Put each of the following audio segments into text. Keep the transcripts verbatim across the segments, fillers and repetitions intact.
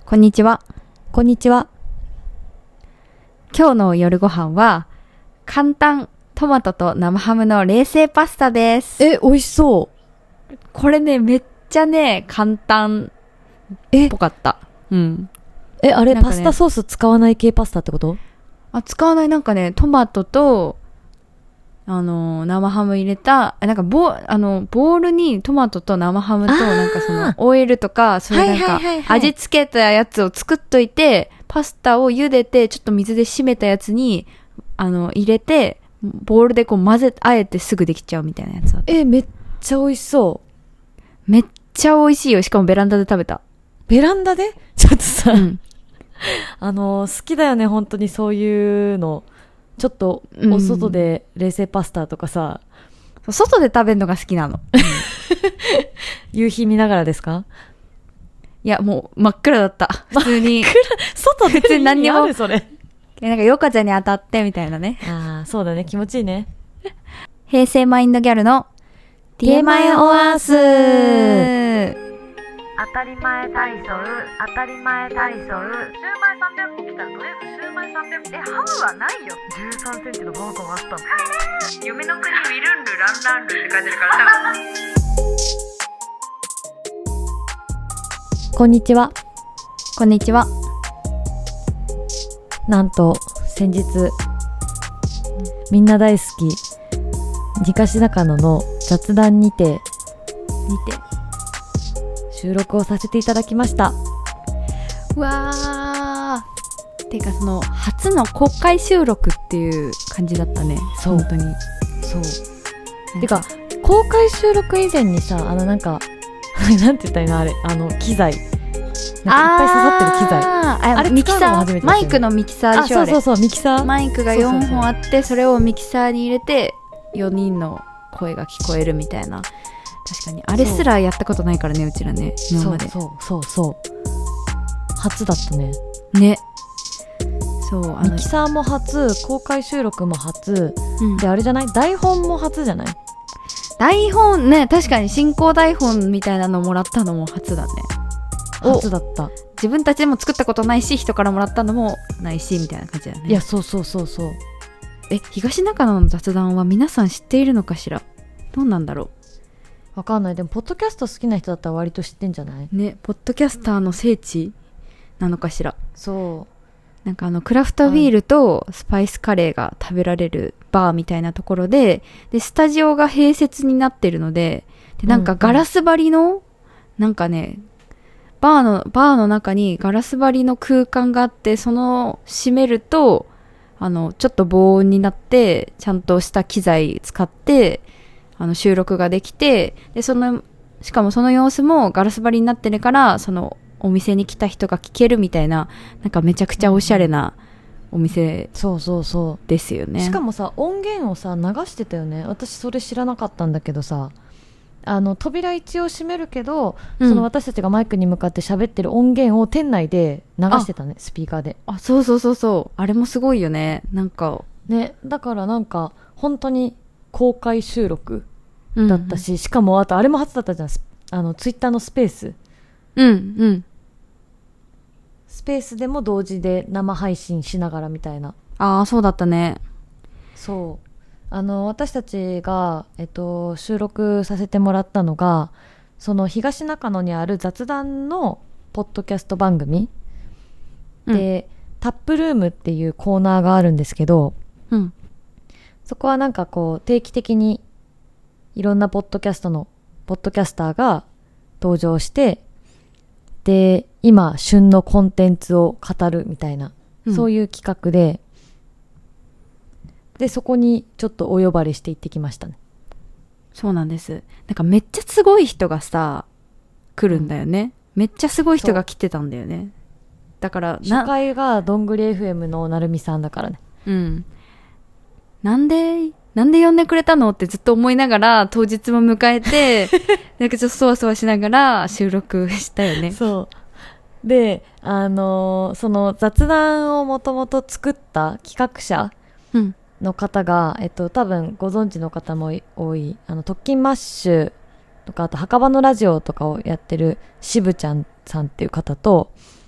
こんにちは。 こんにちは。 今日の夜ご飯は簡単トマトと生ハムの冷製パスタです。 え、美味しそう。 これね、めっちゃね、簡単っぽかった。うん。 え、あれ、 なんかね、 パスタソース使わない系パスタってこと？ あ、使わない。なんかね、トマトとあの生ハム入れた、なんかボあのボウルにトマトと生ハムとなんかそのオイルとかそういうなんか味付けたやつを作っといて、パスタを茹でてちょっと水で締めたやつにあの入れてボウルでこう混ぜあえてすぐできちゃうみたいなやつだった。 え、めっちゃ美味しそう。 めっちゃ美味しいよ。しかもベランダで食べた。 ベランダで？ちょっとさ、うん、あの好きだよね、本当にそういうの。ちょっとお外で冷製パスタとかさ、 うん、外で食べるのが好きなの。 夕日見ながらですか？ いや、もう真っ暗だった。普通に。 外で普通に何にもあるそれ。 なんか夜風に当たってみたいなね。 ああ、そうだね、気持ちいいね。 平成マインドギャルのティエマエオアース。 当たり前体操、当たり前体操。シューマイさんびゃっこ来たらとりあえずシューマイさんびゃっこ。え、ハムはないよ。じゅうさんセンチのバーコンあったの。夢の国ウィルンルランランルって書いてるからさ。 こんにちは。 こんにちは。 なんと先日みんな大好き東中野の雑談にてにて収録をさせていただきました。 うわー、てかその初の公開収録っていう感じだったね。 そう、 本当にそう。てか公開収録以前にさ、あのなんかなんて言ったらいいの、あれ、あの機材なんかいっぱい刺さってる機材、ああれミキサー、マイクのミキサーでしょ。 あ、そうそうそう、ミキサー。 マイクがよんほんあって、そうそうそう、それをミキサーに入れてよにんの声が聞こえるみたいな。確かにあれすらやったことないからね、うちらね、今まで。 そうそうそうそう、初だったね。 ね。そう、あのミキサーも初、公開収録も初、うん、であれじゃない、台本も初じゃない？ 台本ね、確かに進行台本みたいなのもらったのも初だね。 初だった。 自分たちでも作ったことないし、人からもらったのもないしみたいな感じだね。 いや、そうそうそうそう。 え、東中野の雑談は皆さん知っているのかしら？どうなんだろう。 わかんない。でもポッドキャスト好きな人だったら割と知ってんじゃないね。ポッドキャスターの聖地なのかしら。 そう、 なんかあのクラフトビールとスパイスカレーが食べられるバーみたいなところで、でスタジオが併設になってるので、でなんかガラス張りの、うんうん、なんかね、バーのバーの中にガラス張りの空間があって、その閉めるとあのちょっと防音になって、ちゃんとした機材使ってあの収録ができて、でそのしかもその様子もガラス張りになってるから、そのお店に来た人が聞けるみたいな、なんかめちゃくちゃおしゃれなお店、 そうそうそうですよね。 しかもさ、音源をさ流してたよね。私それ知らなかったんだけどさ、あの扉一応閉めるけど、うん、その私たちがマイクに向かって喋ってる音源を店内で流してたね、スピーカーで。 あ、そうそうそうそう、あれもすごいよね。なんかね、だからなんか本当に公開収録だったし、うんうん、しかもあとあれも初だったじゃん、あのツイッターのスペース、 うんうん、 スペースでも同時で生配信しながらみたいな。 ああ、そうだったね。 そう、あの私たちが、えっと、収録させてもらったのが、その東中野にある雑談のポッドキャスト番組、うん、でタップルームっていうコーナーがあるんですけど、うん、そこはなんかこう定期的にいろんなポッドキャストのポッドキャスターが登場して、で今旬のコンテンツを語るみたいな、うん、そういう企画で、でそこにちょっとお呼ばれして行ってきましたね。 そうなんです。なんかめっちゃすごい人がさ来るんだよね、うん、めっちゃすごい人が来てたんだよね。だから初回がどんぐり エフエム のなるみさんだからね。 うん。なんでなんで呼んでくれたのってずっと思いながら当日も迎えてなんかちょっとそわそわしながら収録したよね。 そうで、あのー、その雑談をもともと作った企画者の方が、うん、えっと多分ご存知の方も多い、あの特勤マッシュとか、あと墓場のラジオとかをやってるしぶちゃんさんっていう方と、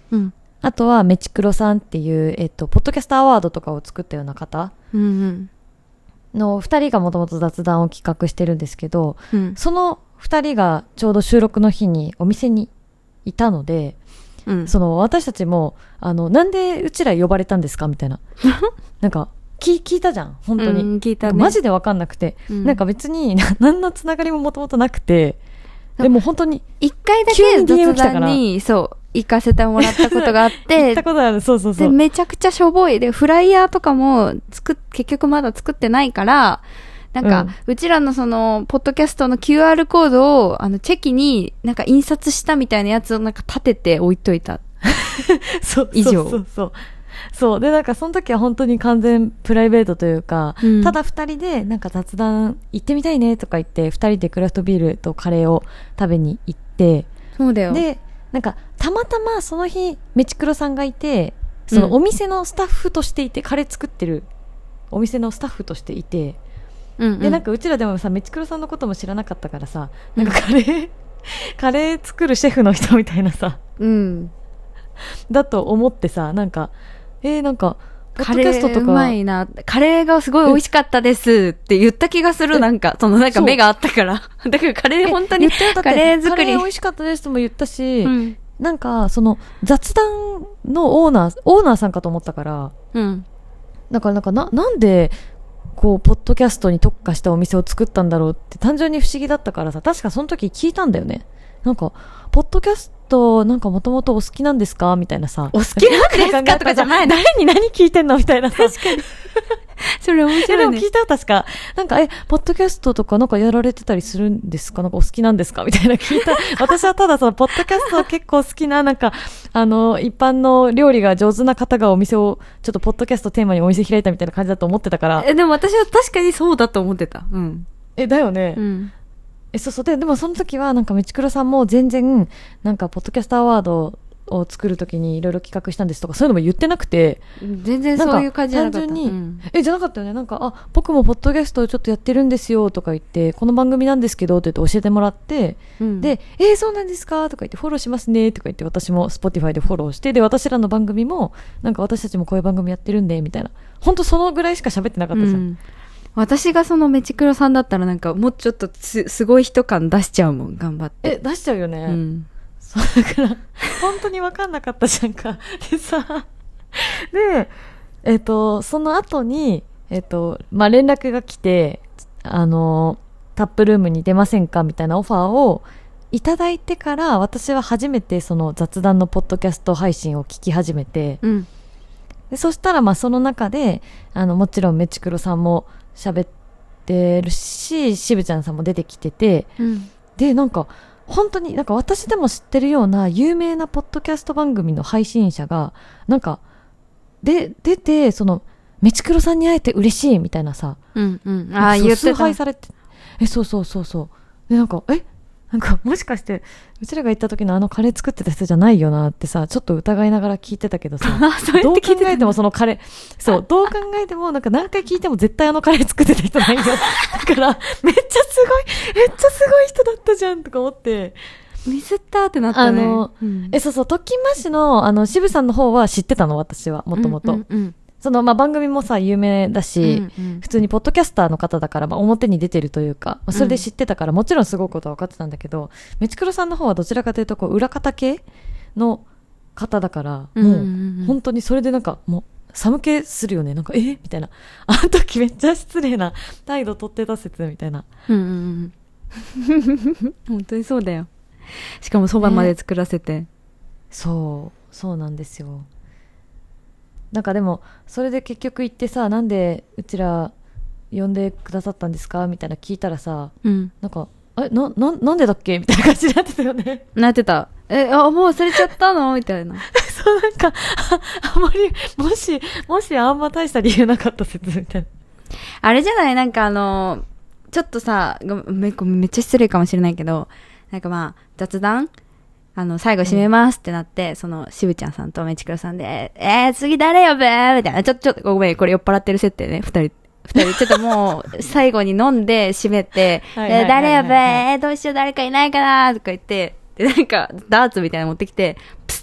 うんあとはメチクロさんっていう、えっと、ポッドキャストアワードとかを作ったような方うんうんのふたりがもともと雑談を企画してるんですけど、 うんそのふたりがちょうど収録の日にお店にいたので、 うんその私たちもあのなんでうちら呼ばれたんですかみたいななんか聞, 聞いたじゃん本当に、 うん聞いたねマジで分かんなくて、 うんなんか別に何のつながりももともとなくて、でも本当に一回だ急に ディーエムけ雑来たから談にそう行かせてもらったことがあっ行てったことある。そうそうそでう。 めちゃくちゃしょぼいでフライヤーとかも作っ結局まだ作ってないからなんか、 うんうちらのそのポッドキャストの キューアール コードをあのチェキになんか印刷したみたいなやつをなんか立てて置いといたそう以上そうそうそう。そうでなんかその時は本当に完全プライベートというか、 うんただふたりでなんか雑談行ってみたいねとか言ってふたりでクラフトビールとカレーを食べに行って、 そうだよでなんかたまたまその日メチクロさんがいて、そのお店のスタッフとしていて、カレー作ってるお店のスタッフとしていて、 うんうんでなんかうちらでもさメチクロさんのことも知らなかったからさ、なんかカレーカレー作るシェフの人みたいなさうんだと思ってさ、なんかえー、なんかポッカレドキャストとかーうまいなカレーがすごい美味しかったですって言った気がする。なんかそのなんか目があったからだからカレー本当に言ったよだってカレー作りカレー美味しかったですとも言ったし、 うんなんかその雑談のオーナーオーナーさんかと思ったから、 うんだからなんかななんでこうポッドキャストに特化したお店を作ったんだろうって単純に不思議だったからさ、確かその時聞いたんだよね。なんかポッドキャストなんかもともとお好きなんですかみたいなさ、 お好きなんですかとかじゃないの誰に何聞いてんのみたいなさ、確かにそれ面えで白いねも聞いたよ確か。なんかえポッドキャストとかなんかやられてたりするんですか、なんかお好きなんですかみたいな聞いた私はただそのポッドキャスト結構好きななんかあの一般の料理が上手な方がお店をちょっとポッドキャストテーマにお店開いたみたいな感じだと思ってたから。 えでも私は確かにそうだと思ってた。うんえだよね、 うんえそうそうででもその時はなんかメチクロさんも全然なんかポッドキャストアワードを作る時にいろいろ企画したんですとかそういうのも言ってなくて、 全然そういう感じじゃなかった。 単純に、 うんえじゃなかったよね。なんかあ僕もポッドキャストをちょっとやってるんですよとか言って、この番組なんですけどって言って教えてもらって、 うんでえー、そうなんですかとか言ってフォローしますねとか言って、私も Spotify でフォローして、で私らの番組もなんか私たちもこういう番組やってるんでみたいな、本当そのぐらいしか喋ってなかったじゃん、 うん私がそのメチクロさんだったらなんかもうちょっとすすごい人感出しちゃうもん、頑張って。 え出しちゃうよね、 うんそうだから本当に分かんなかったじゃんかでさでえっ、とその後にえっ、とまあ連絡が来て、あのタップルームに出ませんかみたいなオファーをいただいてから、私は初めてその雑談のポッドキャスト配信を聞き始めて、 うんでそしたらまあその中であのもちろんメチクロさんも喋ってるし、しぶちゃんさんも出てきてて、 うんでなんか本当になんか私でも知ってるような有名なポッドキャスト番組の配信者がなんかで出て、そのメチクロさんに会えて嬉しいみたいなさ、 うんうんああそう言ってた。 崇拝されて、えそうそうそうそうでなんかえなんかもしかしてうちらが行った時のあのカレー作ってた人じゃないよなってさ、ちょっと疑いながら聞いてたけどさそうやどう考って聞いてたえてもそのカレーそうどう考えてもなんか何回聞いても絶対あのカレー作ってた人ないよだからめっちゃすごいめっちゃすごい人だったじゃんとか思って、 ミスったってなったね。 あのうんえそうそう特勤マッシュのあの渋さんの方は知ってたの、私はもともとうんうんその、まあ、番組もさ有名だし、 うんうん普通にポッドキャスターの方だから、まあ、表に出てるというか、まあそれで知ってたから、もちろんすごいことは分かってたんだけど、メチクロさんの方はどちらかというとこう裏方系の方だから、 うんうんうもうん本当にそれでなんかもう寒気するよね、なんかえみたいな、あの時めっちゃ失礼な態度取ってた説みたいな。 うんうんうん本当にそうだよ。しかもそばまで作らせて、 そうそうなんですよ。なんかでもそれで結局行ってさ、なんでうちら呼んでくださったんですかみたいな聞いたらさ、 うんなんかえなななんでだっけみたいな感じになってたよねなってた。えあもう忘れちゃったのみたいな。 そうなんかああまりもしもしあんま大した理由なかった説みたいな。 あれじゃないなんかあのちょっとさごめんごめんめっちゃ失礼かもしれないけど、なんかまあ雑談あの最後締めますってなって、うん、そのしぶちゃんさんとメチクロさんでえー、次誰呼ぶみたいな、ちょっとちょっとごめんこれ酔っ払ってる設定ね、二人二人ちょっともう最後に飲んで締めてはいはいはいはい誰呼ぶえー、どうしよう誰かいないかなとか言って、でなんかダーツみたいなの持ってきてプス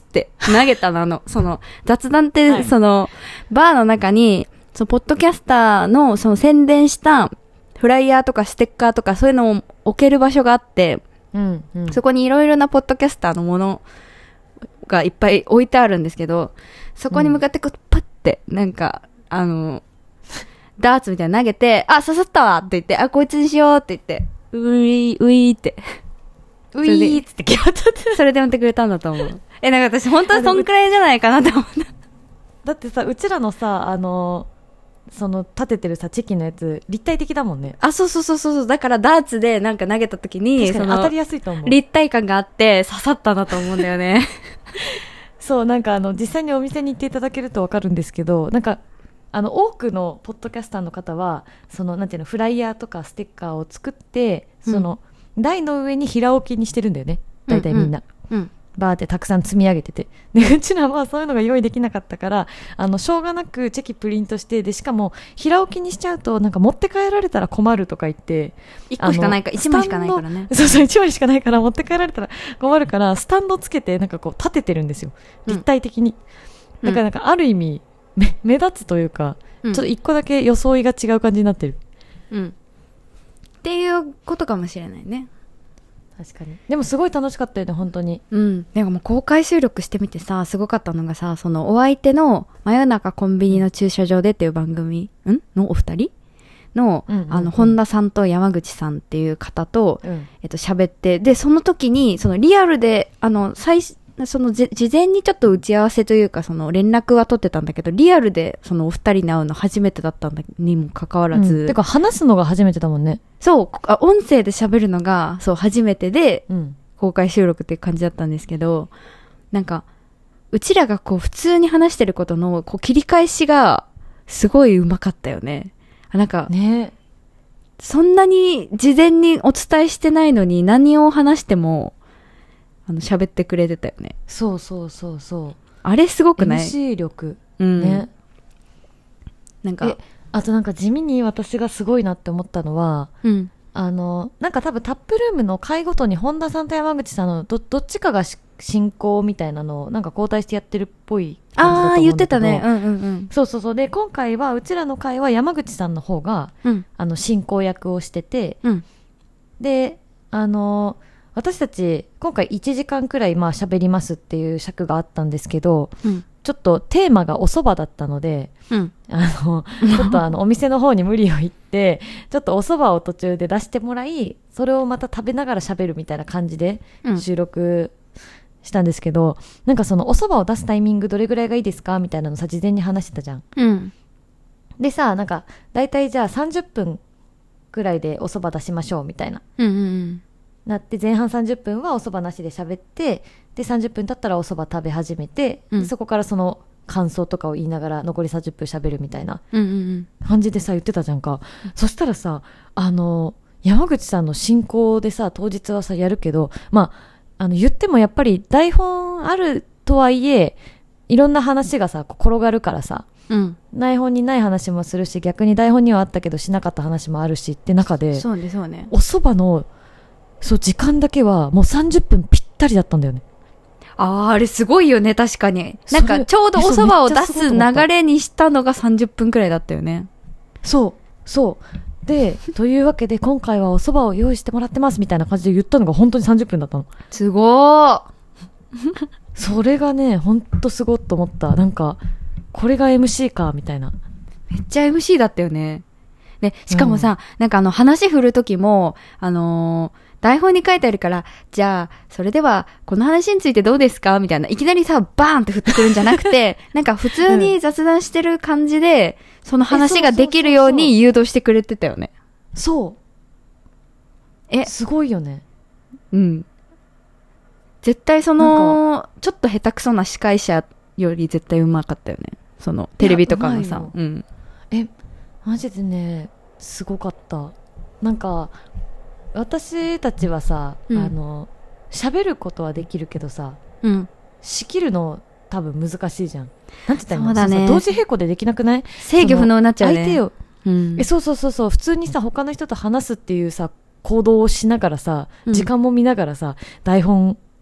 って投げたの、あの、その、雑談って、 はい、 その、バーの中に、その、ポッドキャスターの、その、宣伝した、フライヤーとかステッカーとか、そういうのを置ける場所があって、 うんうん、 そこにいろいろなポッドキャスターのものがいっぱい置いてあるんですけど、そこに向かってこう、パッて、なんか、あの、ダーツみたいなの投げて、あ、刺さったわって言って、あ、こいつにしようって言って、うい、ういって。 ういーって決まったって。 それで持ってくれたんだと思う。え、なんか私本当はそんくらいじゃないかなと思った。 だってさ、うちらのさ、あの、その立ててるさ、チェキのやつ、立体的だもんね。 あ、そうそうそうそう。だからダーツでなんか投げた時に、 確かに当たりやすいと思う。 立体感があって刺さったんだと思うんだよね。 そう、なんかあの、実際にお店に行っていただけるとわかるんですけど、なんか、あの、多くのポッドキャスターの方は、その、なんていうの、フライヤーとかステッカーを作って、その、うん、台の上に平置きにしてるんだよね。大体みんな。うんうんうんバーってたくさん積み上げてて。で、うちらはそういうのが用意できなかったから、あの、しょうがなくチェキプリントして、で、しかも、平置きにしちゃうと、なんか持って帰られたら困るとか言って、 いっこしかないか、いちまいしかないからね。 そうそう、いちまいしかないから持って帰られたら困るから、スタンドつけて、なんかこう、立ててるんですよ。立体的に。うん、だからなんか、ある意味、目、目立つというか、うん、ちょっといっこだけ装いが違う感じになってる。 うん。っていうことかもしれないね。 確かに。でもすごい楽しかったよね、本当に。 うん。なんかもう公開収録してみてさ、すごかったのがさ、そのお相手の真夜中コンビニの駐車場でっていう番組んのお二人の、うんうんうん、あの、本田さんと山口さんっていう方と、うん、えっと、喋って、で、その時に、そのリアルで、あの、最初、その事前にちょっと打ち合わせというかその連絡は取ってたんだけどリアルでそのお二人に会うの初めてだったんだにもかかわらず、 うん、てか話すのが初めてだもんね。 そうあ音声で喋るのがそう初めてで、うん、公開収録っていう感じだったんですけどなんかうちらがこう普通に話してることのこう切り返しがすごいうまかったよね。なんかねそんなに事前にお伝えしてないのに何を話してもあの喋ってくれてたよね。 そうそうそうそう。 あれすごくない？ エムシー 力、 うん、 ね。 なんかあとなんか地味に私がすごいなって思ったのは、 うん、 あのなんか多分タップルームの回ごとに本田さんと山口さんの ど, どっちかが進行みたいなのをなんか交代してやってるっぽい感じだと思うんだけど。ああ言ってたね。 うんうんうん。 そうそうそう。で今回はうちらの回は山口さんの方が、うん、あの進行役をしてて、 うん、 であの私たち今回いちじかんくらいまあ喋りますっていう尺があったんですけど、うん、ちょっとテーマがお蕎麦だったので、 うん、 あのちょっとあのお店の方に無理を言ってちょっとお蕎麦を途中で出してもらいそれをまた食べながら喋るみたいな感じで収録したんですけど、うん、なんかそのお蕎麦を出すタイミングどれぐらいがいいですかみたいなのさ事前に話してたじゃん、 うん、 でさなんかだいたいじゃあさんじゅっぷんくらいでお蕎麦出しましょうみたいな、 うんうんうんなって前半さんじゅっぷんはお蕎麦なしで喋ってでさんじゅっぷん経ったらお蕎麦食べ始めて、うん、そこからその感想とかを言いながら残りさんじゅっぷん喋るみたいな感じでさ言ってたじゃんか、うん、そしたらさあの山口さんの進行でさ当日はさやるけどまああの言ってもやっぱり台本あるとはいえいろんな話がさ転がるからさ、 うん、 台本にない話もするし逆に台本にはあったけどしなかった話もあるしって中でそうねそうねお蕎麦のそう時間だけはもうさんじゅっぷんぴったりだったんだよね。 あーあれすごいよね確かになんかちょうどお蕎麦を出す流れにしたのがさんじゅっぷんくらいだったよね。 そうそうでというわけで今回はお蕎麦を用意してもらってますみたいな感じで言ったのが本当にさんじゅっぷんだったの。 すごーそれがね本当すごっと思った。なんかこれが エムシー かみたいな。 めっちゃ エムシー だったよね。でしかもさ、うん、なんかあの話振る時もあのー台本に書いてあるから、じゃあ、それでは、この話についてどうですかみたいな。いきなりさ、バーンって振ってくるんじゃなくて、なんか普通に雑談してる感じで、うん、その話ができるように誘導してくれてたよね。 そう。 え、 すごいよね。 うん。絶対その、ちょっと下手くそな司会者より絶対うまかったよね。その、テレビとかのさ。うん。 え、マジでね、すごかった。なんか、私たちはさ、うん、あの喋ることはできるけどさ、 うん、 仕切るの多分難しいじゃん。なんて言ったらいいの？ そうだね。 同時並行でできなくない？ 制御不能になっちゃうね。 相手を、 うん、 えそうそうそうそう普通にさ他の人と話すっていうさ行動をしながらさ、時間も見ながらさ、うん、台本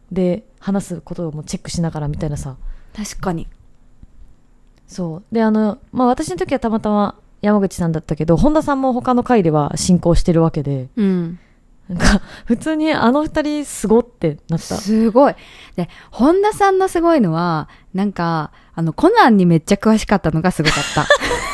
で話すことをもチェックしながらみたいなさ。 確かに。 そうであの、まあ、私の時はたまたま山口さんだったけど、本田さんも他の回では進行してるわけで、 うん。 なんか普通にあの二人すごってなった。 すごい。で、本田さんのすごいのは、なんか、あの、コナンにめっちゃ詳しかったのがすごかった。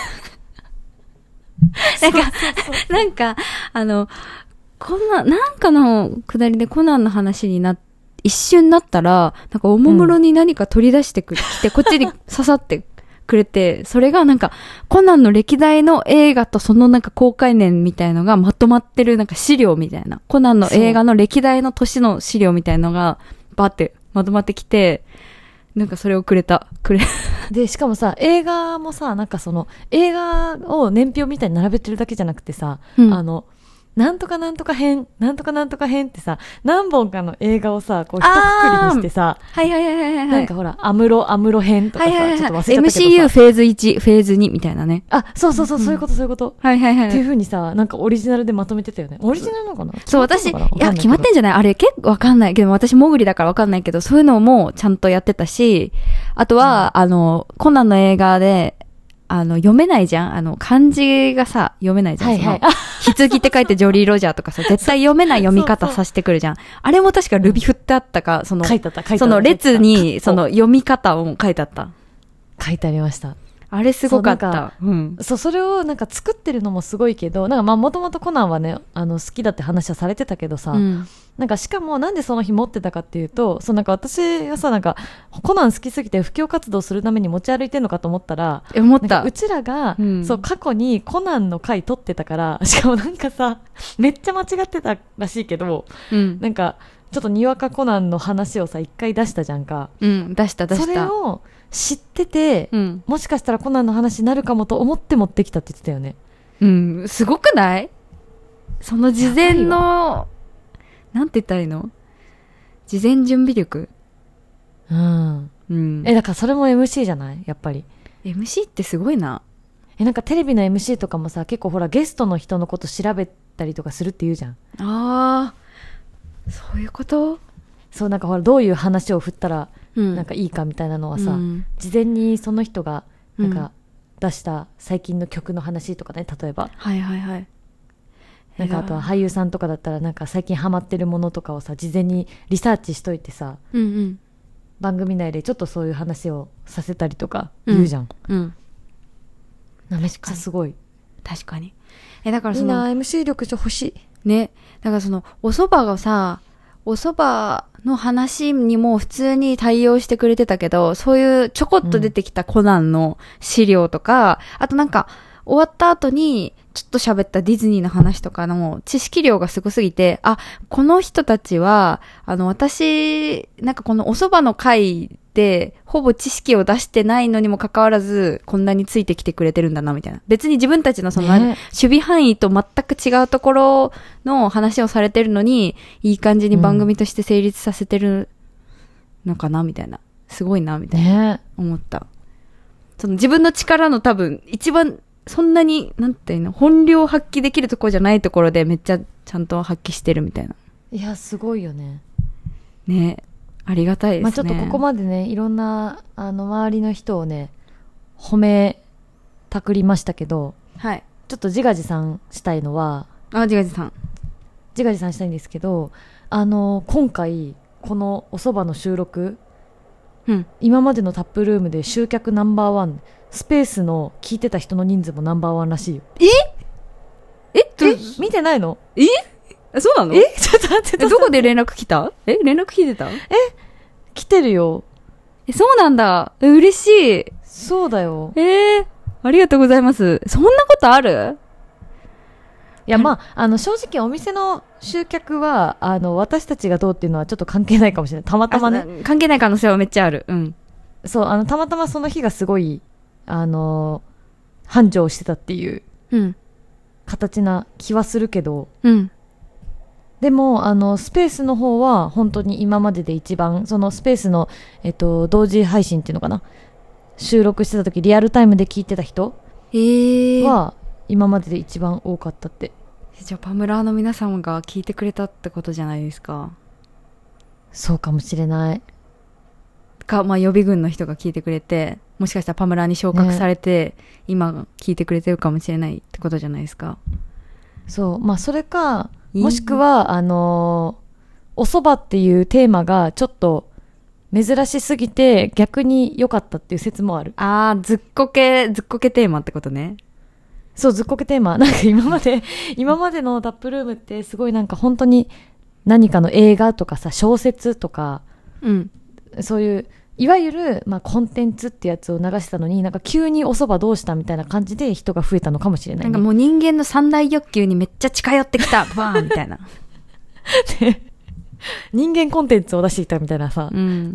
なんか、なんか、あの、コナン、なんかのくだりでコナンの話になっ一瞬なったら、なんかおもむろに何か取り出してくる、来て、こっちに刺さってくれて、それがなんか、コナンの歴代の映画とそのなんか公開年みたいのがまとまってるなんか資料みたいな、コナンの映画の歴代の年の資料みたいのが、バーってまとまってきて、なんかそれをくれた。くれ。 で、しかもさ、映画もさ、なんかその、映画を年表みたいに並べてるだけじゃなくてさ、うん、あの、なんとかなんとか編、なんとかなんとか編ってさ、何本かの映画をさ、こう一括りにしてさ、 はいはいはいはいはい。 なんかほら、アムロ、アムロ編とかさ、はいはいはい、ちょっと忘れちゃったけどさ。 エムシーユー フェーズいち、フェーズにみたいなね。 あ、そうそうそう、うん、そういうことそういうこと。 はいはいはい。 っていう風にさ、なんかオリジナルでまとめてたよね。オリジナルなのかな？ そう、私、いや、決まってんじゃない？あれ結構わかんないけど、私もぐりだからわかんないけど、そういうのもちゃんとやってたし、あとは、うん、あの、コナンの映画で、あの、読めないじゃん？あの、漢字がさ、読めないじゃん。はいはい。棺って書いてジョリー・ロジャーとかさ、絶対読めない読み方させてくるじゃん。そうそうあれも確かルビ振ってあったか、その、 書いてあった、書いてあった。 その列に、その読み方を書いてあった。 書いてありました。 あれすごかった。 そう、うん、そう、それをなんか作ってるのもすごいけど、なんかまあもともとコナンはね、あの、好きだって話はされてたけどさ、うん、なんかしかもなんでその日持ってたかっていうと、そうなんか私がさ、なんかコナン好きすぎて布教活動するために持ち歩いてんのかと思ったら、 思った。 うちらが、うん、そう過去にコナンの回撮ってたから、しかもなんかさ、めっちゃ間違ってたらしいけど、うん、なんかちょっとにわかコナンの話をさ一回出したじゃんか。 うん、出した出した。 それを知ってて、うん、もしかしたらコナンの話になるかもと思って持ってきたって言ってたよね。 うん、すごくない？その事前のなんて言ったらいいの？事前準備力。 うん。うん。え、だからそれも エムシー じゃない？やっぱり。 エムシー ってすごいな。 え、なんかテレビの エムシー とかもさ、結構ほらゲストの人のこと調べたりとかするって言うじゃん。 ああ、そういうこと？ そう、なんかほらどういう話を振ったら、うん、なんかいいかみたいなのはさ、うん、事前にその人がなんか出した最近の曲の話とかね、例えば。 はいはいはい。 なんかあとは俳優さんとかだったらなんか最近ハマってるものとかをさ、事前にリサーチしといてさ、うんうん、番組内でちょっとそういう話をさせたりとか言うじゃん。うん。うん、めっちゃすごい。 確かに。え、だからその。 みんな エムシー 力じゃ欲しい。ね。だからその、お蕎麦がさ、お蕎麦の話にも普通に対応してくれてたけど、そういうちょこっと出てきたコナンの資料とか、うん、あとなんか、終わった後に、ちょっと喋ったディズニーの話とかの知識量がすごすぎて、あ、この人たちは、あの、私、なんかこのお蕎麦の回で、ほぼ知識を出してないのにもかかわらず、こんなについてきてくれてるんだな、みたいな。別に自分たちのその、ね、守備範囲と全く違うところの話をされてるのに、いい感じに番組として成立させてるのかな、みたいな。すごいな、みたいな。ね、思った。その自分の力の多分、一番、そんなに、なんていうの、本領発揮できるところじゃないところでめっちゃちゃんと発揮してるみたいな。 いや、すごいよね。 ね、ありがたいですね。 まあちょっとここまでね、いろんな、あの、周りの人をね、褒めたくりましたけど、 はい。 ちょっと自画自賛したいのは、 あ、自画自賛。 自画自賛したいんですけど、あの、今回、このお蕎麦の収録、うん、今までのタップルームで集客ナンバーワン、スペースの聞いてた人の人数もナンバーワンらしいよ。 えええ見てないの？ えそうなの？ えちょっと待って。 どこで連絡来た？え連絡来てた？え来てるよ。 え、そうなんだ。え、嬉しい。 そうだよ。 えー、ありがとうございます。そんなことある？ いや、まあ、あの、正直お店の集客は、あの、私たちがどうっていうのはちょっと関係ないかもしれない。たまたまね。 関係ない可能性はめっちゃある。うん。 そう、あの、たまたまその日がすごい、あのー、繁盛してたっていう形な気はするけど、うん、でもあのスペースの方は本当に今までで一番、そのスペースの、えっと、同時配信っていうのかな、収録してた時リアルタイムで聞いてた人は今までで一番多かったって。 じゃあパムラーの皆様が聞いてくれたってことじゃないですか。 そうかもしれない。 か、まあ、予備軍の人が聞いてくれて、もしかしたらパムラに昇格されて、ね、今聞いてくれてるかもしれないってことじゃないですか。 そう、まあそれか、もしくはあのー、お蕎麦っていうテーマがちょっと珍しすぎて逆に良かったっていう説もある。 あー、ずっこけずっこけテーマってことね。 そう、ずっこけテーマ。なんか今まで今までのダップルームってすごいなんか本当に何かの映画とかさ、小説とか、 うん、 そういういわゆる、まあ、コンテンツってやつを流してたのに、なんか急にお蕎麦どうしたみたいな感じで人が増えたのかもしれない、ね、 なんかもう人間の三大欲求にめっちゃ近寄ってきたバーンみたいな人間コンテンツを出してきたみたいなさ、 うん、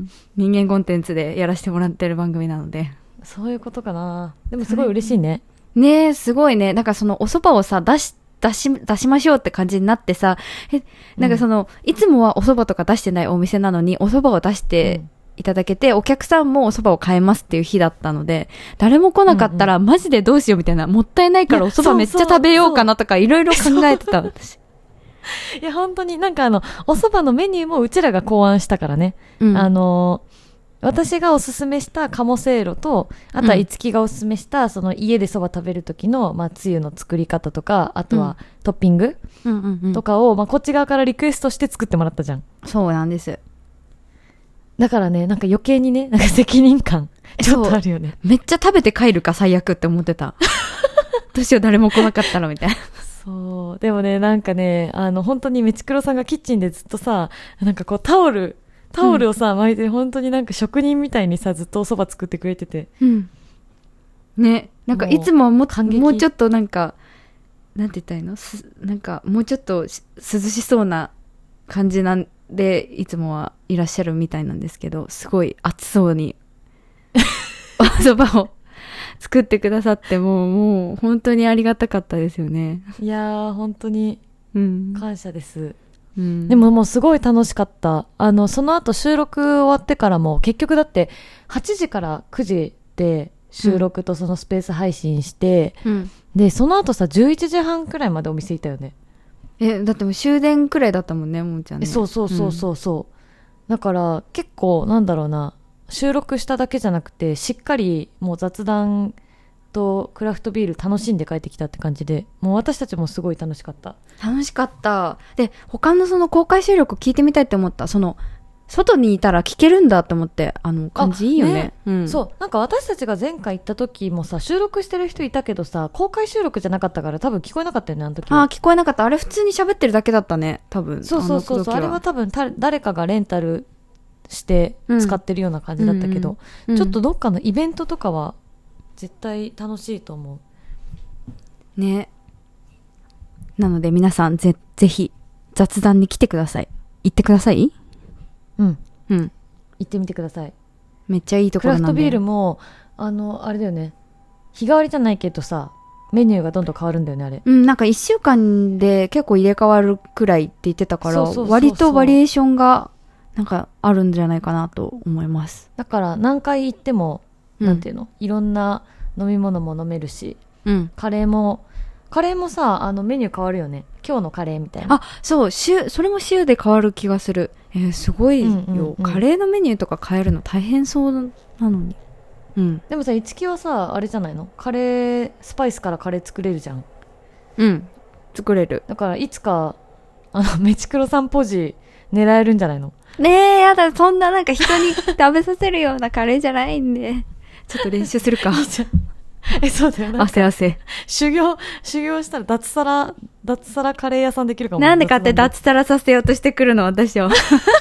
人間コンテンツでやらせてもらってる番組なので、 そういうことかな。でもすごい嬉しいね。 ねえ、すごいね。なんかそのお蕎麦をさ出し出し出しましょうって感じになってさ、えなんかその、うん、いつもはお蕎麦とか出してないお店なのにお蕎麦を出していただけて、うん、お客さんもお蕎麦を買えますっていう日だったので、誰も来なかったらマジでどうしようみたいな、うんうん、もったいないからお蕎麦めっちゃ食べようかなとかいろいろ考えてた私。 いや本当になんかあのお蕎麦のメニューもうちらが考案したからね、うん、あの私がおすすめした鴨せいろと、あとはいつきがおすすめしたその家で蕎麦食べる時の、まあ、つゆの作り方とか、あとはトッピングとかを、まあ、こっち側からリクエストして作ってもらったじゃん。 そうなんです。 だからね、なんか余計にね、なんか責任感ちょっとあるよね。 めっちゃ食べて帰るか最悪って思ってた。どうしよう誰も来なかったらみたいな。 そうでもね、なんかね、あの本当にめちくろさんがキッチンでずっとさ、なんかこうタオルタオルをさ、うん、巻いて本当になんか職人みたいにさずっとお蕎麦作ってくれてて、うん、ね、なんかいつもももうちょっとなんかなんて言ったらいいの、なんかもうちょっと涼しそうな感じなんでいつもはいらっしゃるみたいなんですけど、すごい暑そうにお蕎麦を作ってくださって、もうもう本当にありがたかったですよね。いやー本当に感謝です、うん、でももうすごい楽しかった。あのその後収録終わってからも結局だってはちじからくじで収録とそのスペース配信して、うん、でその後さじゅういちじはんくらいまでお店いたよね。えだってもう終電くらいだったもんね、もんちゃんね。そうそうそうそうそう、うん、だから結構なんだろうな、収録しただけじゃなくてしっかりもう雑談とクラフトビール楽しんで帰ってきたって感じで、もう私たちもすごい楽しかった。楽しかった。で他のその公開収録聞いてみたいって思った。その外にいたら聞けるんだって思って、あの感じいいよ ね, ね、うん、そうなんか私たちが前回行った時もさ収録してる人いたけどさ、公開収録じゃなかったから多分聞こえなかったよね、あの時は。あ聞こえなかった。あれ普通に喋ってるだけだったね多分。そうそうそうそう、 あ, あれは多分た誰かがレンタルして使ってるような感じだったけど、うんうんうん、ちょっとどっかのイベントとかは絶対楽しいと思うね。なので皆さん ぜ, ぜひ雑談に来てください。行ってください。うんうん行ってみてください。めっちゃいいところなんで。クラフトビールもあのあれだよね、日替わりじゃないけどさメニューがどんどん変わるんだよねあれ。うんなんかいっしゅうかんで結構入れ替わるくらいって言ってたから、そうそうそうそう、割とバリエーションがなんかあるんじゃないかなと思います。だから何回行っても、うん、なんていうの、いろんな飲み物も飲めるし、うん、カレーもカレーもさあのメニュー変わるよね。今日のカレーみたいな。あそう週それも週で変わる気がする。えー、すごいよ、うんうんうん、カレーのメニューとか変えるの大変そうなのに、うん、でもさ一木はさあれじゃないの、カレースパイスからカレー作れるじゃん。うん作れる。だからいつかあのメチクロさんポジ狙えるんじゃないの。ねえやだ、そんななんか人に食べさせるようなカレーじゃないんでちょっと練習するか。いいじゃん。えそうだよ、なんか汗汗修行修行したら脱サラ脱サラカレー屋さんできるかも。なんでかって脱サラさせようとしてくるの私を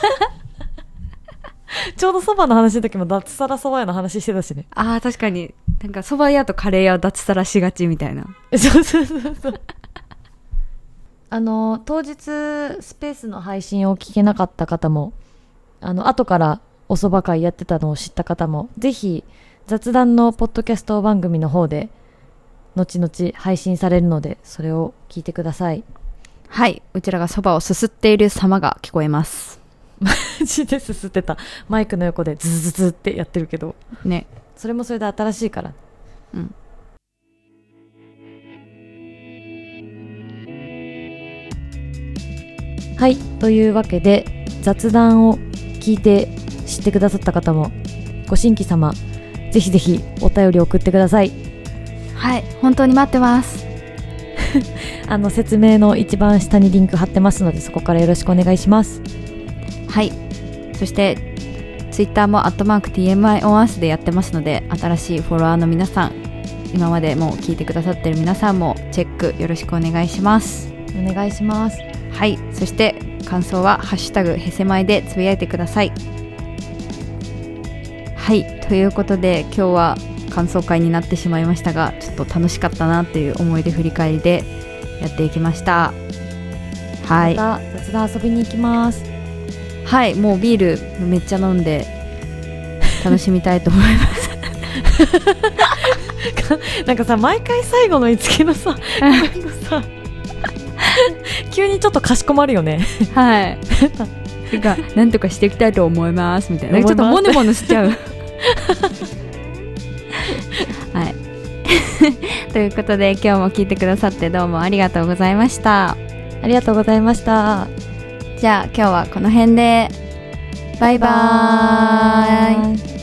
ちょうどそばの話の時も脱サラそば屋の話してたしね。あー確かになんかそば屋とカレー屋を脱サラしがちみたいな。そうそうそうそうあの当日スペースの配信を聞けなかった方も、あの後からお蕎麦会やってたのを知った方もぜひ雑談のポッドキャスト番組の方で後々配信されるのでそれを聞いてください。はい、うちらがそばをすすっている様が聞こえます。マジですすってた。マイクの横でズズズズってやってるけどね、それもそれで新しいから。うんはい、というわけで雑談を聞いて知ってくださった方もご新規様ぜひぜひお便り送ってください。 はい、本当に待ってますあの説明の一番下にリンク貼ってますので、そこからよろしくお願いします。 はい、そしてツイッターもアットマーク ティーエムアイ オンアースでやってますので、新しいフォロワーの皆さん、今までも聞いてくださってる皆さんもチェックよろしくお願いします。 お願いします。 はい、そして感想はハッシュタグへせまいでつぶやいてください。はい、ということで今日は感想会になってしまいましたが、ちょっと楽しかったなっていう思い出振り返りでやっていきました。はい、 また雑談遊びに行きます。 はい、もうビールめっちゃ飲んで楽しみたいと思いますなんかさ、毎回最後のいつきのささ急にちょっとかしこまるよねはいなんかなんとかしていきたいと思いますみたいな、ちょっとモノモノしちゃうはいということで今日も聞いてくださってどうもありがとうございました。 ありがとうございました。 じゃあ今日はこの辺でバイバーイ。